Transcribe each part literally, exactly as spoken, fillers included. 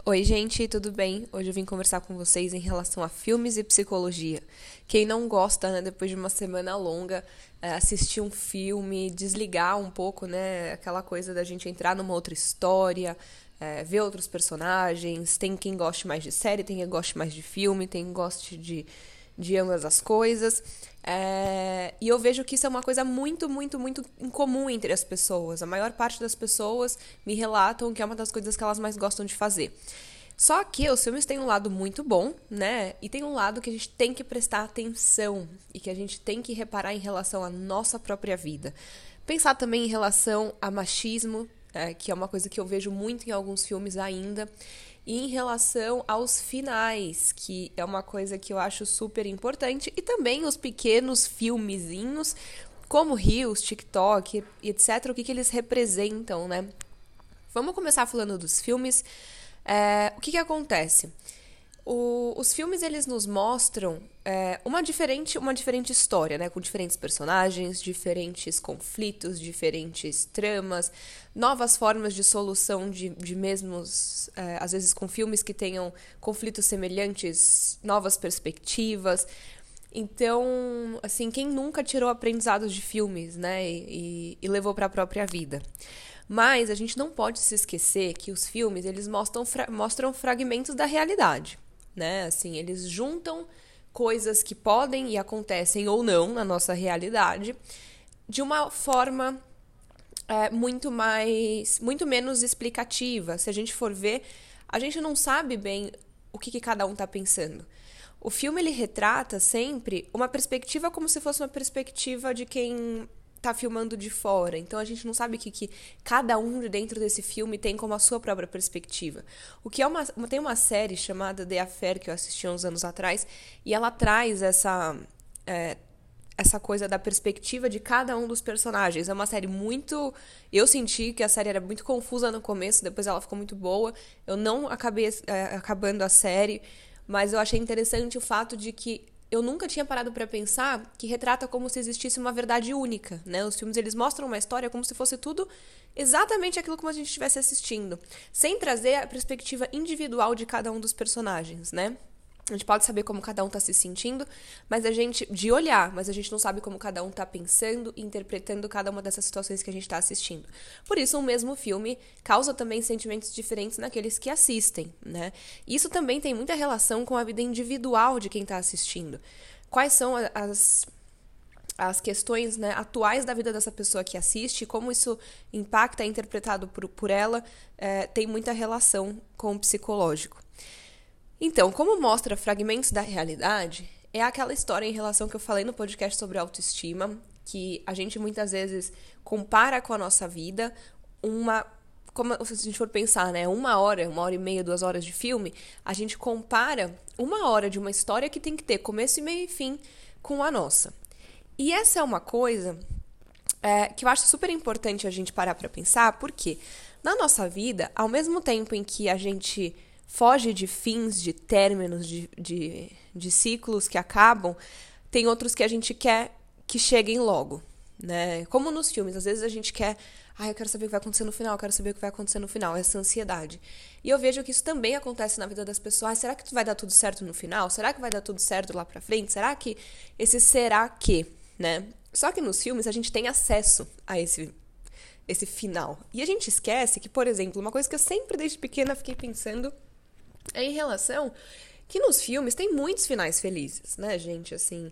Oi, gente, tudo bem? Hoje eu vim conversar com vocês em relação a filmes e psicologia. Quem não gosta, né, depois de uma semana longa, é, assistir um filme, desligar um pouco, né, aquela coisa da gente entrar numa outra história, é, ver outros personagens. Tem quem goste mais de série, tem quem goste mais de filme, tem quem goste de, de ambas as coisas. É, e eu vejo que isso é uma coisa muito, muito, muito incomum entre as pessoas. A maior parte das pessoas me relatam que é uma das coisas que elas mais gostam de fazer. Só que os filmes têm um lado muito bom, né? E tem um lado que a gente tem que prestar atenção e que a gente tem que reparar em relação à nossa própria vida. Pensar também em relação a machismo, é, que é uma coisa que eu vejo muito em alguns filmes ainda. E em relação aos finais, que é uma coisa que eu acho super importante, e também os pequenos filmezinhos, como Reels, TikTok, etcétera, o que, que eles representam, né? Vamos começar falando dos filmes. É, o que, que acontece? O, os filmes, eles nos mostram é, uma, diferente, uma diferente história, né? Com diferentes personagens, diferentes conflitos, diferentes tramas, novas formas de solução de, de mesmos, é, às vezes com filmes que tenham conflitos semelhantes, novas perspectivas. Então, assim, quem nunca tirou aprendizados de filmes, né? E, e levou para a própria vida? Mas a gente não pode se esquecer que os filmes, eles mostram, fra- mostram fragmentos da realidade, né? Assim, eles juntam coisas que podem e acontecem ou não na nossa realidade de uma forma é, muito mais, muito menos explicativa. Se a gente for ver, a gente não sabe bem o que, que cada um está pensando. O filme, ele retrata sempre uma perspectiva como se fosse uma perspectiva de quem tá filmando de fora. Então a gente não sabe o que, que cada um de dentro desse filme tem como a sua própria perspectiva. O que é uma, tem uma série chamada The Affair que eu assisti há uns anos atrás e ela traz essa é, essa coisa da perspectiva de cada um dos personagens. É uma série muito... Eu senti que a série era muito confusa no começo, depois ela ficou muito boa. Eu não acabei é, acabando a série, mas eu achei interessante o fato de que eu nunca tinha parado para pensar que retrata como se existisse uma verdade única, né? Os filmes, eles mostram uma história como se fosse tudo exatamente aquilo como a gente estivesse assistindo, sem trazer a perspectiva individual de cada um dos personagens, né? A gente pode saber como cada um está se sentindo, mas a gente, de olhar, mas a gente não sabe como cada um está pensando e interpretando cada uma dessas situações que a gente está assistindo. Por isso, um mesmo filme causa também sentimentos diferentes naqueles que assistem, né? Isso também tem muita relação com a vida individual de quem está assistindo. Quais são as, as questões, né, atuais da vida dessa pessoa que assiste, como isso impacta, é interpretado por, por ela, é, tem muita relação com o psicológico. Então, como mostra fragmentos da realidade, é aquela história em relação que eu falei no podcast sobre autoestima, que a gente muitas vezes compara com a nossa vida uma... Como se a gente for pensar, né, uma hora, uma hora e meia, duas horas de filme, a gente compara uma hora de uma história que tem que ter começo, meio e fim com a nossa. E essa é uma coisa é, que eu acho super importante a gente parar para pensar, porque na nossa vida, ao mesmo tempo em que a gente foge de fins, de términos, de, de, de ciclos que acabam, tem outros que a gente quer que cheguem logo, né? Como nos filmes, às vezes a gente quer, ah, eu quero saber o que vai acontecer no final, eu quero saber o que vai acontecer no final, essa ansiedade. E eu vejo que isso também acontece na vida das pessoas. Ah, será que vai dar tudo certo no final? Será que vai dar tudo certo lá pra frente? Será que esse será que, né? Só que nos filmes a gente tem acesso a esse esse final. E a gente esquece que, por exemplo, uma coisa que eu sempre desde pequena fiquei pensando é em relação que nos filmes tem muitos finais felizes, né, gente? Assim,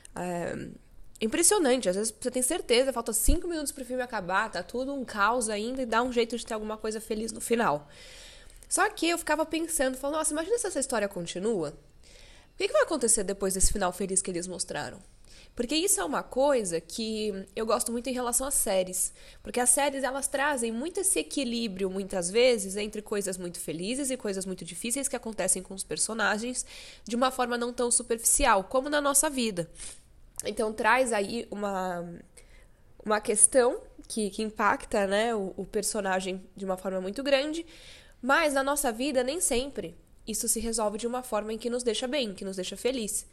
é impressionante. Às vezes você tem certeza, falta cinco minutos pro filme acabar, tá tudo um caos ainda e dá um jeito de ter alguma coisa feliz no final. Só que eu ficava pensando, falando, nossa, imagina se essa história continua. O que, que vai acontecer depois desse final feliz que eles mostraram? Porque isso é uma coisa que eu gosto muito em relação às séries. Porque as séries, elas trazem muito esse equilíbrio, muitas vezes, entre coisas muito felizes e coisas muito difíceis que acontecem com os personagens de uma forma não tão superficial, como na nossa vida. Então, traz aí uma, uma questão que, que impacta, né, o, o personagem de uma forma muito grande, mas na nossa vida, nem sempre isso se resolve de uma forma em que nos deixa bem, que nos deixa feliz.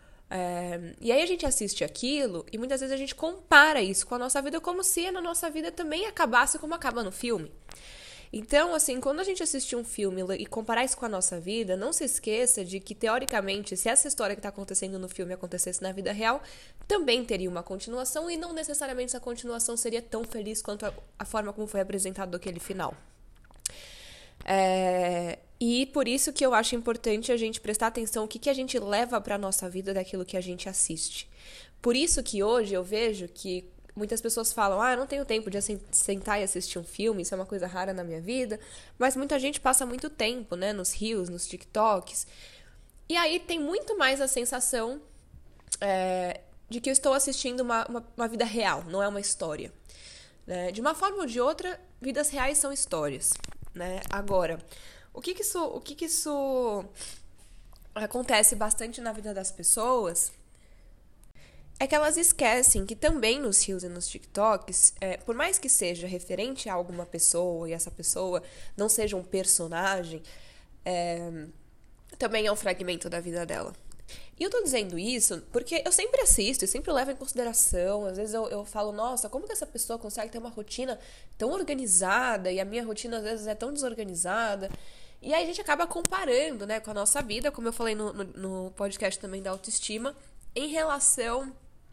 É, e aí a gente assiste aquilo e muitas vezes a gente compara isso com a nossa vida como se na nossa vida também acabasse como acaba no filme. Então, assim, quando a gente assistir um filme e comparar isso com a nossa vida, não se esqueça de que, teoricamente, se essa história que está acontecendo no filme acontecesse na vida real, também teria uma continuação e não necessariamente essa continuação seria tão feliz quanto a, a forma como foi apresentado aquele final. É, e por isso que eu acho importante a gente prestar atenção o que, que a gente leva para a nossa vida daquilo que a gente assiste. Por isso que hoje eu vejo que muitas pessoas falam, ah, eu não tenho tempo de sentar e assistir um filme, isso é uma coisa rara na minha vida, mas muita gente passa muito tempo, né, nos reels, nos TikToks, e aí tem muito mais a sensação é, de que eu estou assistindo uma, uma, uma vida real, não é uma história. Né? De uma forma ou de outra, vidas reais são histórias. Né? Agora, o que que isso, o que que isso acontece bastante na vida das pessoas é que elas esquecem que também nos reels e nos TikToks, é, por mais que seja referente a alguma pessoa e essa pessoa não seja um personagem, é, também é um fragmento da vida dela. E eu tô dizendo isso porque eu sempre assisto e sempre levo em consideração. Às vezes eu, eu falo, nossa, como que essa pessoa consegue ter uma rotina tão organizada e a minha rotina às vezes é tão desorganizada. E aí a gente acaba comparando, né, com a nossa vida, como eu falei no, no, no podcast também da autoestima, em relação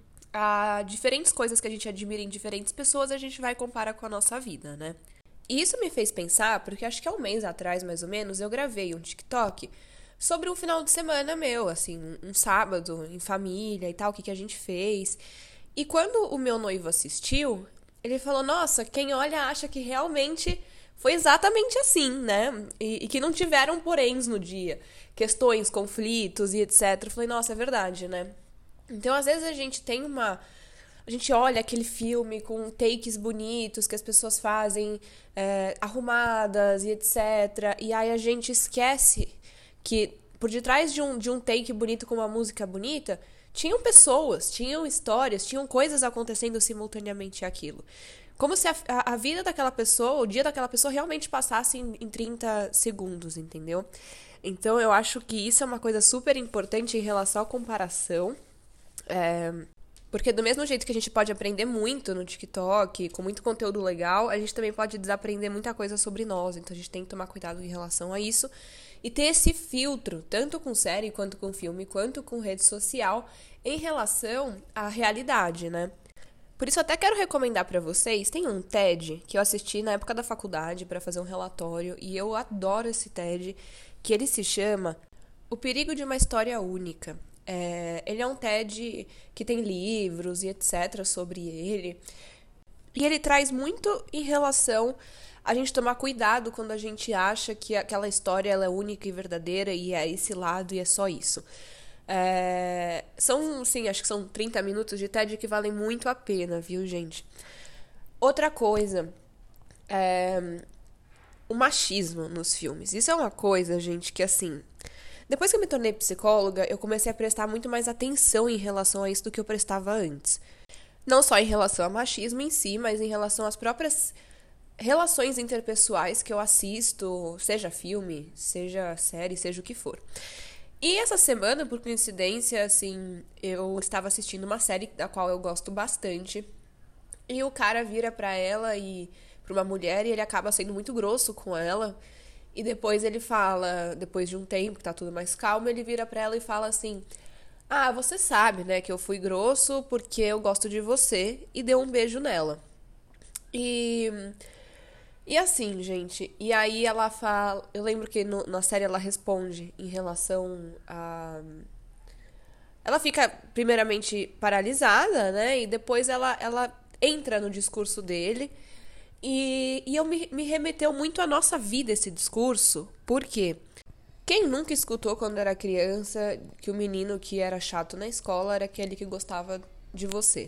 a diferentes coisas que a gente admira em diferentes pessoas, a gente vai comparar com a nossa vida, né? E isso me fez pensar, porque acho que há um mês atrás, mais ou menos, eu gravei um TikTok sobre um final de semana meu, assim, um sábado em família e tal, o que, que a gente fez. E quando o meu noivo assistiu, ele falou, nossa, quem olha acha que realmente foi exatamente assim, né? E, e que não tiveram poréns no dia, questões, conflitos e etcétera. Eu falei, nossa, é verdade, né? Então, às vezes a gente tem uma... A gente olha aquele filme com takes bonitos que as pessoas fazem, é, arrumadas e etcétera. E aí a gente esquece que por detrás de um, de um take bonito com uma música bonita, tinham pessoas, tinham histórias, tinham coisas acontecendo simultaneamente aquilo. Como se a, a, a vida daquela pessoa, o dia daquela pessoa realmente passasse em, em trinta segundos, entendeu? Então eu acho que isso é uma coisa super importante em relação à comparação. É, porque do mesmo jeito que a gente pode aprender muito no TikTok, com muito conteúdo legal, a gente também pode desaprender muita coisa sobre nós. Então a gente tem que tomar cuidado em relação a isso. E ter esse filtro, tanto com série, quanto com filme, quanto com rede social, em relação à realidade, né? Por isso eu até quero recomendar pra vocês, tem um TED que eu assisti na época da faculdade pra fazer um relatório, e eu adoro esse TED, que ele se chama O Perigo de uma História Única. É, ele é um TED que tem livros e etcétera sobre ele. E ele traz muito em relação a gente tomar cuidado quando a gente acha que aquela história ela é única e verdadeira e é esse lado e é só isso. É, são, sim, acho que são trinta minutos de TED que valem muito a pena, viu, gente? Outra coisa, é, o machismo nos filmes. Isso é uma coisa, gente, que assim... Depois que eu me tornei psicóloga, eu comecei a prestar muito mais atenção em relação a isso do que eu prestava antes. Não só em relação ao machismo em si, mas em relação às próprias relações interpessoais que eu assisto, seja filme, seja série, seja o que for. E essa semana, por coincidência, assim, eu estava assistindo uma série da qual eu gosto bastante, e o cara vira pra ela e pra uma mulher e ele acaba sendo muito grosso com ela. E depois ele fala, depois de um tempo que tá tudo mais calmo, ele vira pra ela e fala assim: ah, você sabe, né, que eu fui grosso porque eu gosto de você, e deu um beijo nela. E... E assim, gente, e aí ela fala... Eu lembro que no, na série ela responde em relação a... Ela fica primeiramente paralisada, né, e depois ela, ela entra no discurso dele. E, e eu me, me remeteu muito à nossa vida esse discurso, porque quem nunca escutou quando era criança que o menino que era chato na escola era aquele que gostava de você?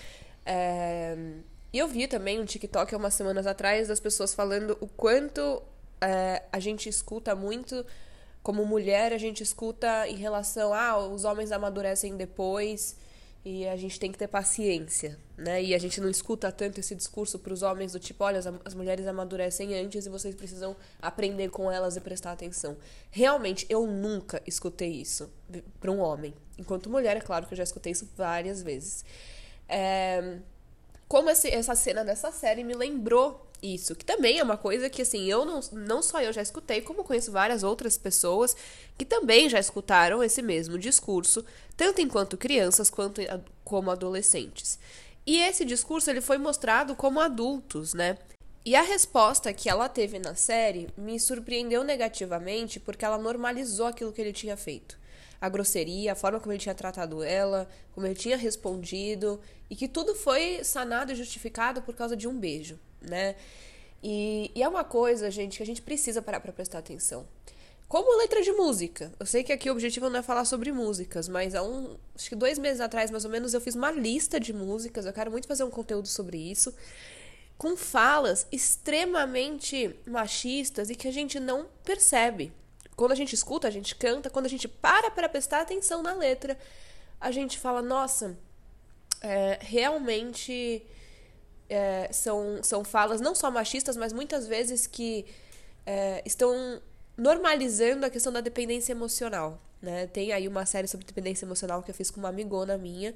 É, e eu vi também um TikTok há umas semanas atrás das pessoas falando o quanto é, a gente escuta muito, como mulher, a gente escuta em relação a ah, os homens amadurecem depois e a gente tem que ter paciência, né? E a gente não escuta tanto esse discurso para os homens do tipo, olha, as, as mulheres amadurecem antes e vocês precisam aprender com elas e prestar atenção. Realmente, eu nunca escutei isso para um homem. Enquanto mulher, é claro que eu já escutei isso várias vezes. É... Como esse, essa cena dessa série me lembrou Isso, que também é uma coisa que, assim, eu não, não só eu já escutei, como conheço várias outras pessoas que também já escutaram esse mesmo discurso, tanto enquanto crianças quanto como adolescentes. E esse discurso, ele foi mostrado como adultos, né? E a resposta que ela teve na série me surpreendeu negativamente porque ela normalizou aquilo que ele tinha feito. A grosseria, a forma como ele tinha tratado ela, como ele tinha respondido, e que tudo foi sanado e justificado por causa de um beijo, né? E, e é uma coisa, gente, que a gente precisa parar pra prestar atenção. Como letra de música. Eu sei que aqui o objetivo não é falar sobre músicas, mas há um, acho que dois meses atrás, mais ou menos, eu fiz uma lista de músicas, eu quero muito fazer um conteúdo sobre isso, com falas extremamente machistas e que a gente não percebe. Quando a gente escuta, a gente canta, quando a gente para para prestar atenção na letra, a gente fala, nossa, é, realmente é, são, são falas não só machistas, mas muitas vezes que é, estão normalizando a questão da dependência emocional, né? Tem aí uma série sobre dependência emocional que eu fiz com uma amigona minha,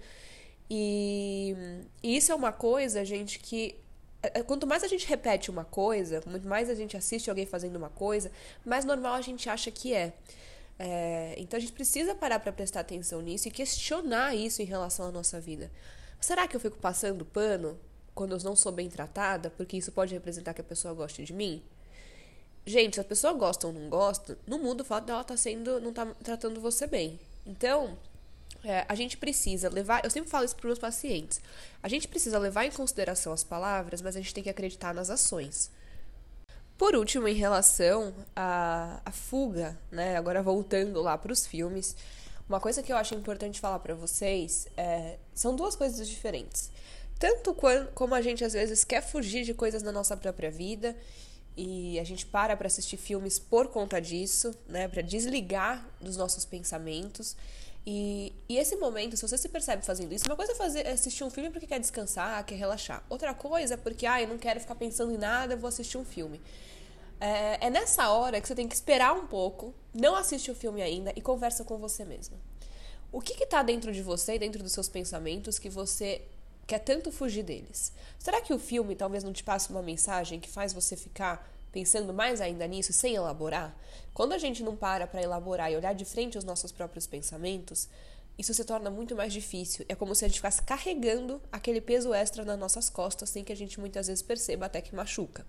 e, e isso é uma coisa, gente, que quanto mais a gente repete uma coisa, quanto mais a gente assiste alguém fazendo uma coisa, mais normal a gente acha que é. É, então a gente precisa parar para prestar atenção nisso e questionar isso em relação à nossa vida. Será que eu fico passando pano quando eu não sou bem tratada, porque isso pode representar que a pessoa goste de mim? Gente, se a pessoa gosta ou não gosta, não muda o fato dela tá sendo, não tá tratando você bem. Então, É, a gente precisa levar, eu sempre falo isso para os meus pacientes, a gente precisa levar em consideração as palavras, mas a gente tem que acreditar nas ações. Por último, em relação à, à fuga, né, agora voltando lá para os filmes, uma coisa que eu acho importante falar para vocês é, são duas coisas diferentes. Tanto quando, como a gente às vezes quer fugir de coisas na nossa própria vida e a gente para para assistir filmes por conta disso, né, para desligar dos nossos pensamentos. E, e esse momento, se você se percebe fazendo isso, uma coisa é, fazer, é assistir um filme porque quer descansar, quer relaxar. Outra coisa é porque, ah, eu não quero ficar pensando em nada, eu vou assistir um filme. É, é nessa hora que você tem que esperar um pouco, não assiste o filme ainda e conversa com você mesma. O que está dentro de você e dentro dos seus pensamentos que você quer tanto fugir deles? Será que o filme talvez não te passe uma mensagem que faz você ficar pensando mais ainda nisso, sem elaborar? Quando a gente não para para elaborar e olhar de frente os nossos próprios pensamentos, isso se torna muito mais difícil. É como se a gente ficasse carregando aquele peso extra nas nossas costas, sem que a gente muitas vezes perceba, até que machuca.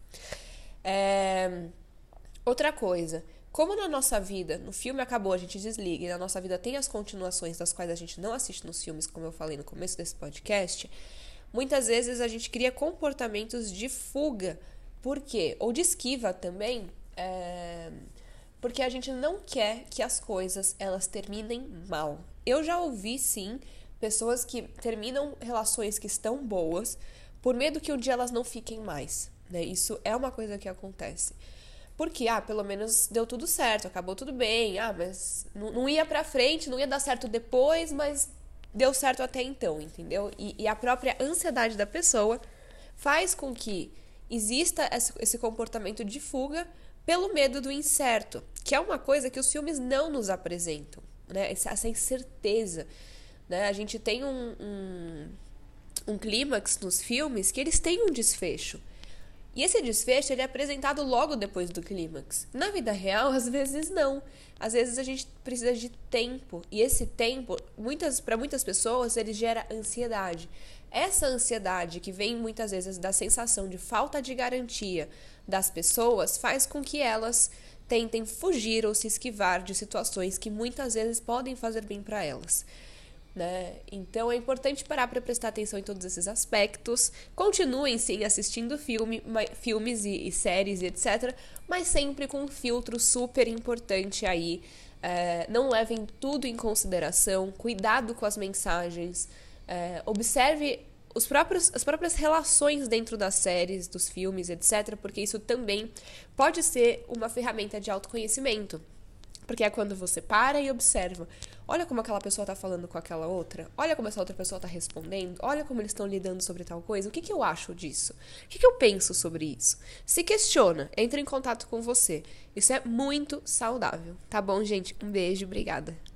É... Outra coisa, como na nossa vida, no filme acabou, a gente desliga, e na nossa vida tem as continuações das quais a gente não assiste nos filmes, como eu falei no começo desse podcast, muitas vezes a gente cria comportamentos de fuga. Por quê? Ou de esquiva também, é... porque a gente não quer que as coisas elas terminem mal. Eu já ouvi, sim, pessoas que terminam relações que estão boas por medo que um dia elas não fiquem mais, né? Isso é uma coisa que acontece. Porque, ah, pelo menos deu tudo certo, acabou tudo bem, ah, mas não, não ia pra frente, não ia dar certo depois, mas deu certo até então, entendeu? E, e a própria ansiedade da pessoa faz com que exista esse comportamento de fuga pelo medo do incerto, que é uma coisa que os filmes não nos apresentam, né? Essa incerteza, né? A gente tem um, um, um clímax nos filmes que eles têm um desfecho. E esse desfecho ele é apresentado logo depois do clímax. Na vida real, às vezes não. Às vezes a gente precisa de tempo. E esse tempo, muitas, para muitas pessoas, ele gera ansiedade. Essa ansiedade que vem muitas vezes da sensação de falta de garantia das pessoas faz com que elas tentem fugir ou se esquivar de situações que muitas vezes podem fazer bem para elas, né? Então é importante parar para prestar atenção em todos esses aspectos. Continuem sim assistindo filme, filmes e, e séries e etcétera, mas sempre com um filtro super importante aí. É, não levem tudo em consideração, cuidado com as mensagens. É, observe os próprios, as próprias relações dentro das séries, dos filmes, etcétera, porque isso também pode ser uma ferramenta de autoconhecimento. Porque é quando você para e observa. Olha como aquela pessoa está falando com aquela outra. Olha como essa outra pessoa está respondendo. Olha como eles estão lidando sobre tal coisa. O que, que eu acho disso? O que, que eu penso sobre isso? Se questiona. Entra em contato com você. Isso é muito saudável. Tá bom, gente? Um beijo. Obrigada.